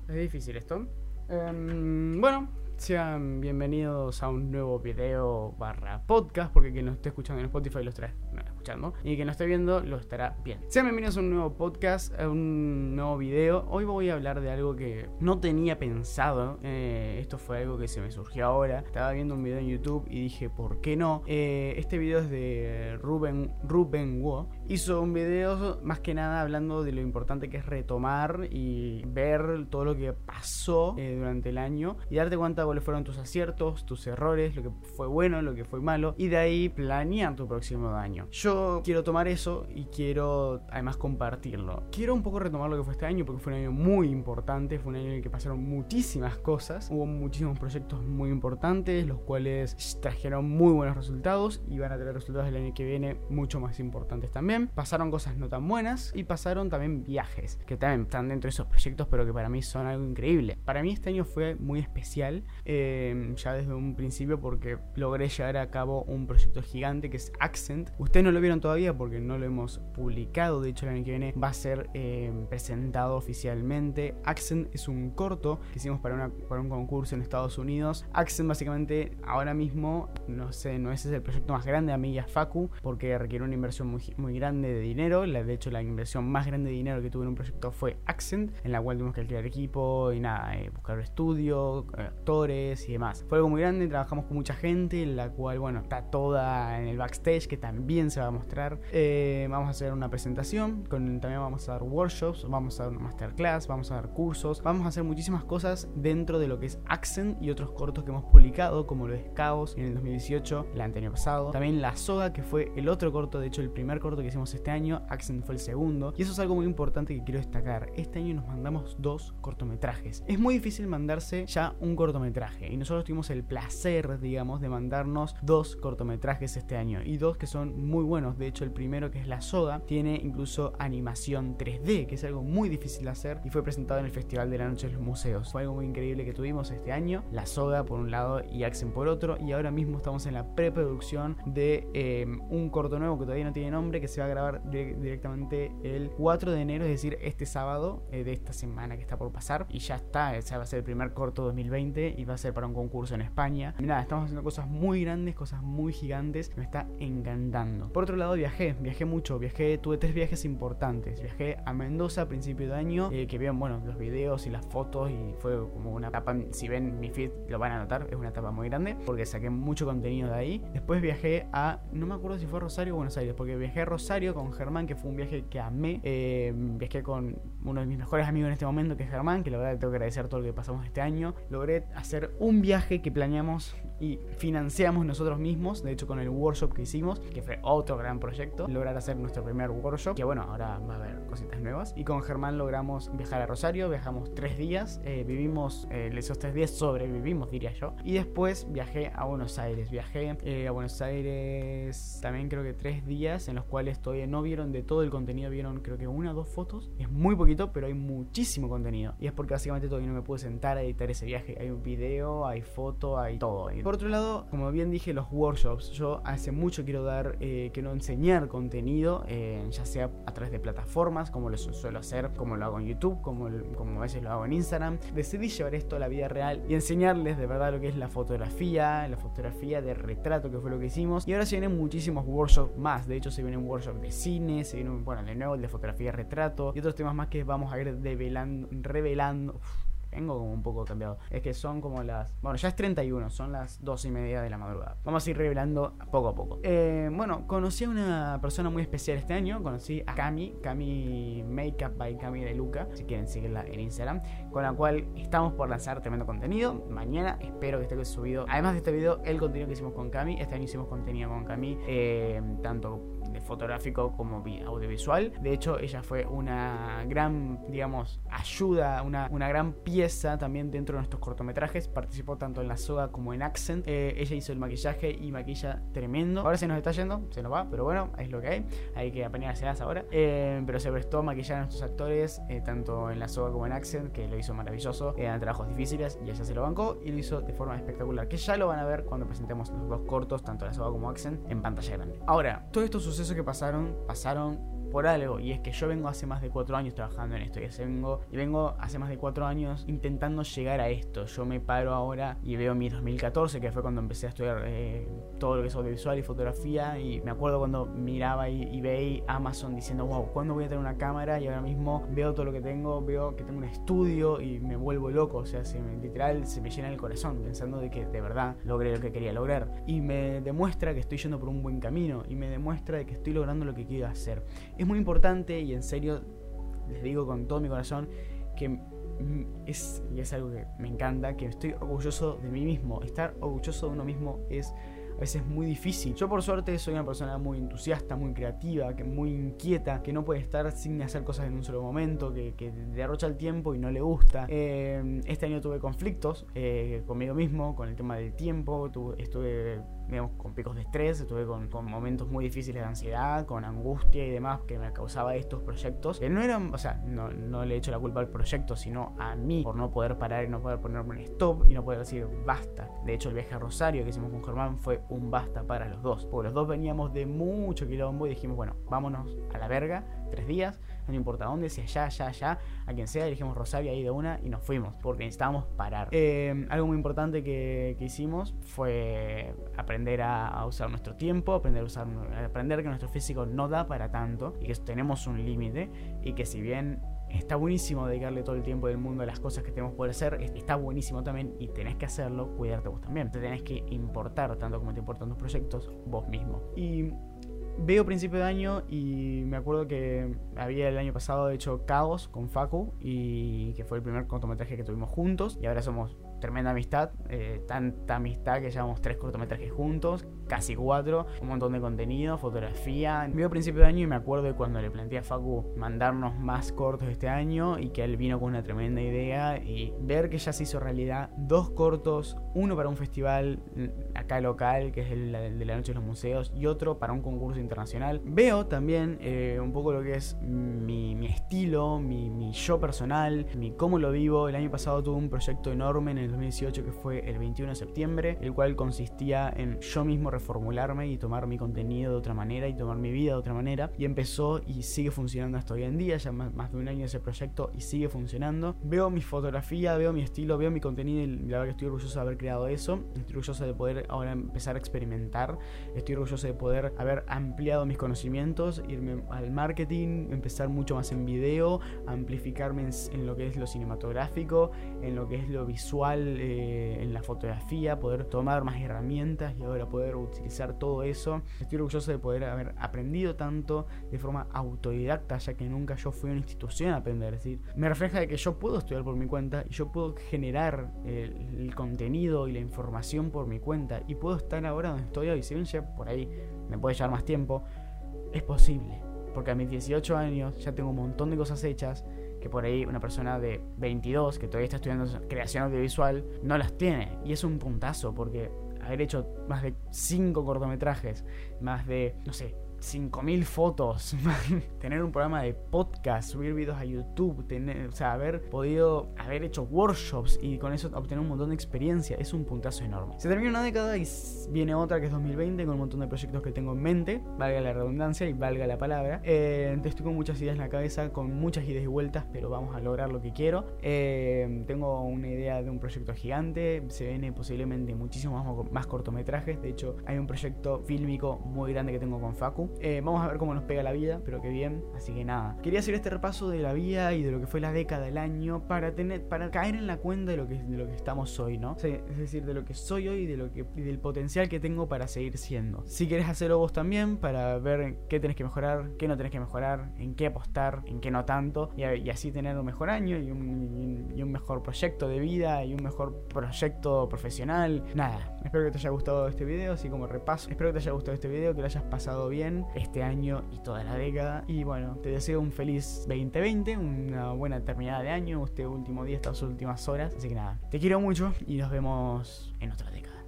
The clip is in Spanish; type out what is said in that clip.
Es difícil esto. Bueno, sean bienvenidos a un nuevo video / podcast, porque quien lo esté escuchando en Spotify lo estará escuchando, y quien lo esté viendo lo estará viendo. Sean bienvenidos a un nuevo podcast, a un nuevo video. Hoy voy a hablar de algo que no tenía pensado. Esto fue algo que se me surgió ahora. Estaba viendo un video en YouTube y dije, ¿por qué no? Este video es de Ruben Wo. Hizo un video más que nada hablando de lo importante que es retomar y ver todo lo que pasó durante el año y darte cuenta de cuáles fueron tus aciertos, tus errores, lo que fue bueno, lo que fue malo, y de ahí planear tu próximo año. Yo quiero tomar eso y quiero además compartirlo. Quiero un poco retomar lo que fue este año, porque fue un año muy importante, fue un año en el que pasaron muchísimas cosas, hubo muchísimos proyectos muy importantes, los cuales trajeron muy buenos resultados y van a tener resultados el año que viene mucho más importantes también. Pasaron cosas no tan buenas y pasaron también viajes, que también están dentro de esos proyectos, pero que para mí son algo increíble. Para mí este año fue muy especial, ya desde un principio, porque logré llevar a cabo un proyecto gigante que es Accent. Ustedes no lo vieron todavía porque no lo hemos publicado, de hecho el año que viene va a ser presentado oficialmente. Accent es un corto que hicimos para un concurso en Estados Unidos. Accent básicamente ahora mismo, no es el proyecto más grande a mí y a Facu, porque requiere una inversión muy grande de dinero. De hecho la inversión más grande de dinero que tuve en un proyecto fue Accent, en la cual tuvimos que alquilar equipo y nada, buscar estudio, actores y demás. Fue algo muy grande, trabajamos con mucha gente, la cual bueno, está toda en el backstage, que también se va a mostrar. Vamos a hacer una presentación, también vamos a dar workshops, vamos a dar una masterclass, vamos a dar cursos, vamos a hacer muchísimas cosas dentro de lo que es Accent y otros cortos que hemos publicado, como lo de Caos en el 2018, el año pasado. También La Soga, que fue el otro corto, de hecho el primer corto que hicimos este año. Accent fue el segundo, y eso es algo muy importante que quiero destacar. Este año nos mandamos 2 cortometrajes. Es muy difícil mandarse ya un cortometraje, y nosotros tuvimos el placer, digamos, de mandarnos 2 cortometrajes este año, y 2 que son muy buenos. De hecho el primero, que es La Soga, tiene incluso animación 3D, que es algo muy difícil de hacer, y fue presentado en el Festival de la Noche de los Museos. Fue algo muy increíble que tuvimos este año. La Soga por un lado y Accent por otro, y ahora mismo estamos en la preproducción de un corto nuevo que todavía no tiene nombre, que se va a grabar directamente el 4 de enero, es decir, este sábado de esta semana que está por pasar, y ya está. Ese va a ser el primer corto 2020 y va a ser para un concurso en España. Y nada, estamos haciendo cosas muy grandes, cosas muy gigantes, me está encantando. Por otro lado, viajé mucho, tuve 3 viajes importantes. Viajé a Mendoza a principio de año, que vieron, bueno, los videos y las fotos, y fue como una etapa, si ven mi feed lo van a notar, es una etapa muy grande, porque saqué mucho contenido de ahí. Después viajé no me acuerdo si fue Rosario o Buenos Aires, porque viajé a Rosario con Germán, que fue un viaje que amé. Viajé con uno de mis mejores amigos en este momento, que es Germán, que la verdad tengo que agradecer todo lo que pasamos este año. Logré hacer un viaje que planeamos y financiamos nosotros mismos, de hecho con el workshop que hicimos, que fue otro gran proyecto, lograr hacer nuestro primer workshop, que bueno, ahora va a haber cositas nuevas. Y con Germán logramos viajar a Rosario, viajamos 3 días, vivimos esos 3 días, sobrevivimos diría yo, y después viajé a Buenos Aires. Viajé a Buenos Aires también creo que 3 días, en los cuales todavía no vieron de todo el contenido, vieron creo que 1 o 2 fotos, es muy poquito, pero hay muchísimo contenido, y es porque básicamente todavía no me pude sentar a editar ese viaje. Hay un video, hay foto, hay todo. Por otro lado, como bien dije, los workshops, yo hace mucho quiero enseñar contenido, ya sea a través de plataformas, como lo suelo hacer, como lo hago en YouTube, como a veces lo hago en Instagram. Decidí llevar esto a la vida real y enseñarles de verdad lo que es la fotografía de retrato, que fue lo que hicimos. Y ahora se vienen muchísimos workshops más. De hecho se viene un workshop de cine, se viene de nuevo el de fotografía de retrato y otros temas más que vamos a ir revelando. Vengo como un poco cambiado. Es que son como bueno, ya es 31, son las 2:30 de la madrugada. Vamos a ir revelando poco a poco. Conocí a una persona muy especial este año. Conocí a Cami Makeup by Cami de Luca, si quieren seguirla en Instagram, con la cual estamos por lanzar tremendo contenido. Mañana espero que esté subido, además de este video, el contenido que hicimos con Cami. Este año hicimos contenido con Cami, tanto de fotográfico como audiovisual. De hecho, ella fue una gran, digamos, ayuda, una gran pieza también dentro de nuestros cortometrajes. Participó tanto en La Soga como en Accent. Ella hizo el maquillaje y maquilla tremendo. Ahora se nos está yendo, se nos va, pero bueno, es lo que hay que apañárselas ahora. Pero se prestó a maquillar a nuestros actores, tanto en La Soga como en Accent, que lo hizo maravilloso. Eran trabajos difíciles y ella se lo bancó y lo hizo de forma espectacular, que ya lo van a ver cuando presentemos los 2 cortos, tanto La Soga como Accent, en pantalla grande. Ahora, todos estos sucesos que pasaron por algo, y es que yo vengo hace más de 4 años trabajando en esto, y vengo hace más de 4 años intentando llegar a esto. Yo me paro ahora y veo mi 2014, que fue cuando empecé a estudiar todo lo que es audiovisual y fotografía, y me acuerdo cuando miraba eBay, Amazon, diciendo wow, ¿cuándo voy a tener una cámara? Y ahora mismo veo todo lo que tengo, veo que tengo un estudio y me vuelvo loco. O sea, literal se me llena el corazón pensando de que de verdad logré lo que quería lograr, y me demuestra que estoy yendo por un buen camino, y me demuestra de que estoy logrando lo que quiero hacer. Es muy importante, y en serio les digo con todo mi corazón que es algo que me encanta, que estoy orgulloso de mí mismo. Estar orgulloso de uno mismo es a veces muy difícil. Yo por suerte soy una persona muy entusiasta, muy creativa, que muy inquieta, que no puede estar sin hacer cosas en un solo momento, que derrocha el tiempo y no le gusta. Este año tuve conflictos conmigo mismo, con el tema del tiempo. Estuve, digamos, con picos de estrés, estuve con momentos muy difíciles de ansiedad, con angustia y demás que me causaba estos proyectos, que no eran, o sea, no le echo la culpa al proyecto, sino a mí, por no poder parar y no poder ponerme en stop y no poder decir basta. De hecho, el viaje a Rosario que hicimos con Germán fue un basta para los dos, porque los dos veníamos de mucho quilombo y dijimos, bueno, vámonos a la verga, 3 días, no importa dónde, si allá, a quien sea, dijimos Rosario ahí de una y nos fuimos, porque necesitábamos parar. Algo muy importante que hicimos fue aprender a usar nuestro tiempo, aprender que nuestro físico no da para tanto, y que tenemos un límite, y que si bien está buenísimo dedicarle todo el tiempo del mundo a las cosas que tenemos por hacer, está buenísimo también, y tenés que hacerlo, cuidarte vos también. Te tenés que importar, tanto como te importan tus proyectos, vos mismo. Y veo principio de año, y me acuerdo que había el año pasado hecho Caos con Facu, y que fue el primer cortometraje que tuvimos juntos, y ahora somos tremenda amistad, tanta amistad que llevamos 3 cortometrajes juntos, casi 4, un montón de contenido, fotografía. Veo principio de año y me acuerdo de cuando le planteé a Facu mandarnos más cortos este año, y que él vino con una tremenda idea, y ver que ya se hizo realidad 2 cortos, uno para un festival acá local, que es el de la Noche de los Museos, y otro para un concurso internacional. Veo también un poco lo que es mi estilo, mi yo personal, cómo lo vivo. El año pasado tuve un proyecto enorme en el 2018 que fue el 21 de septiembre, el cual consistía en yo mismo reformularme y tomar mi contenido de otra manera y tomar mi vida de otra manera, y empezó y sigue funcionando hasta hoy en día, ya más de un año ese proyecto, y sigue funcionando. Veo mi fotografía, veo mi estilo, veo mi contenido, y la verdad que estoy orgulloso de haber creado eso. Estoy orgulloso de poder ahora empezar a experimentar, estoy orgulloso de poder haber ampliado mis conocimientos, irme al marketing, empezar mucho más en video, amplificarme en lo que es lo cinematográfico, en lo que es lo visual, en la fotografía, poder tomar más herramientas y ahora poder utilizar todo eso. Estoy orgulloso de poder haber aprendido tanto de forma autodidacta, ya que nunca yo fui a una institución a aprender. Es decir, me refleja de que yo puedo estudiar por mi cuenta, y yo puedo generar el contenido y la información por mi cuenta, y puedo estar ahora donde estoy hoy. Si bien ya por ahí me puede llevar más tiempo, es posible, porque a mis 18 años ya tengo un montón de cosas hechas que por ahí una persona de 22 que todavía está estudiando creación audiovisual no las tiene, y es un puntazo, porque haber hecho más de 5 cortometrajes, más de, no sé, 5.000 fotos, tener un programa de podcast, subir videos a YouTube, haber hecho workshops y con eso obtener un montón de experiencia, es un puntazo enorme. Se termina una década y viene otra que es 2020, con un montón de proyectos que tengo en mente, valga la redundancia y valga la palabra. Estoy con muchas ideas en la cabeza, con muchas ideas y vueltas, pero vamos a lograr lo que quiero. Tengo una idea de un proyecto gigante, se viene posiblemente muchísimos más cortometrajes. De hecho, hay un proyecto fílmico muy grande que tengo con Facu. Vamos a ver cómo nos pega la vida, pero qué bien. Así que nada, quería hacer este repaso de la vida y de lo que fue la década del año para caer en la cuenta de lo que estamos hoy, ¿no? Es decir, de lo que soy hoy y del potencial que tengo para seguir siendo. Si querés hacerlo vos también, para ver qué tenés que mejorar, qué no tenés que mejorar, en qué apostar, en qué no tanto, y así tener un mejor año y un mejor proyecto de vida y un mejor proyecto profesional. Nada, espero que te haya gustado este video, así como repaso. Espero que te haya gustado este video, que lo hayas pasado bien este año y toda la década. Y bueno, te deseo un feliz 2020, una buena terminada de año, este último día, estas últimas horas. Así que nada, te quiero mucho y nos vemos en otra década.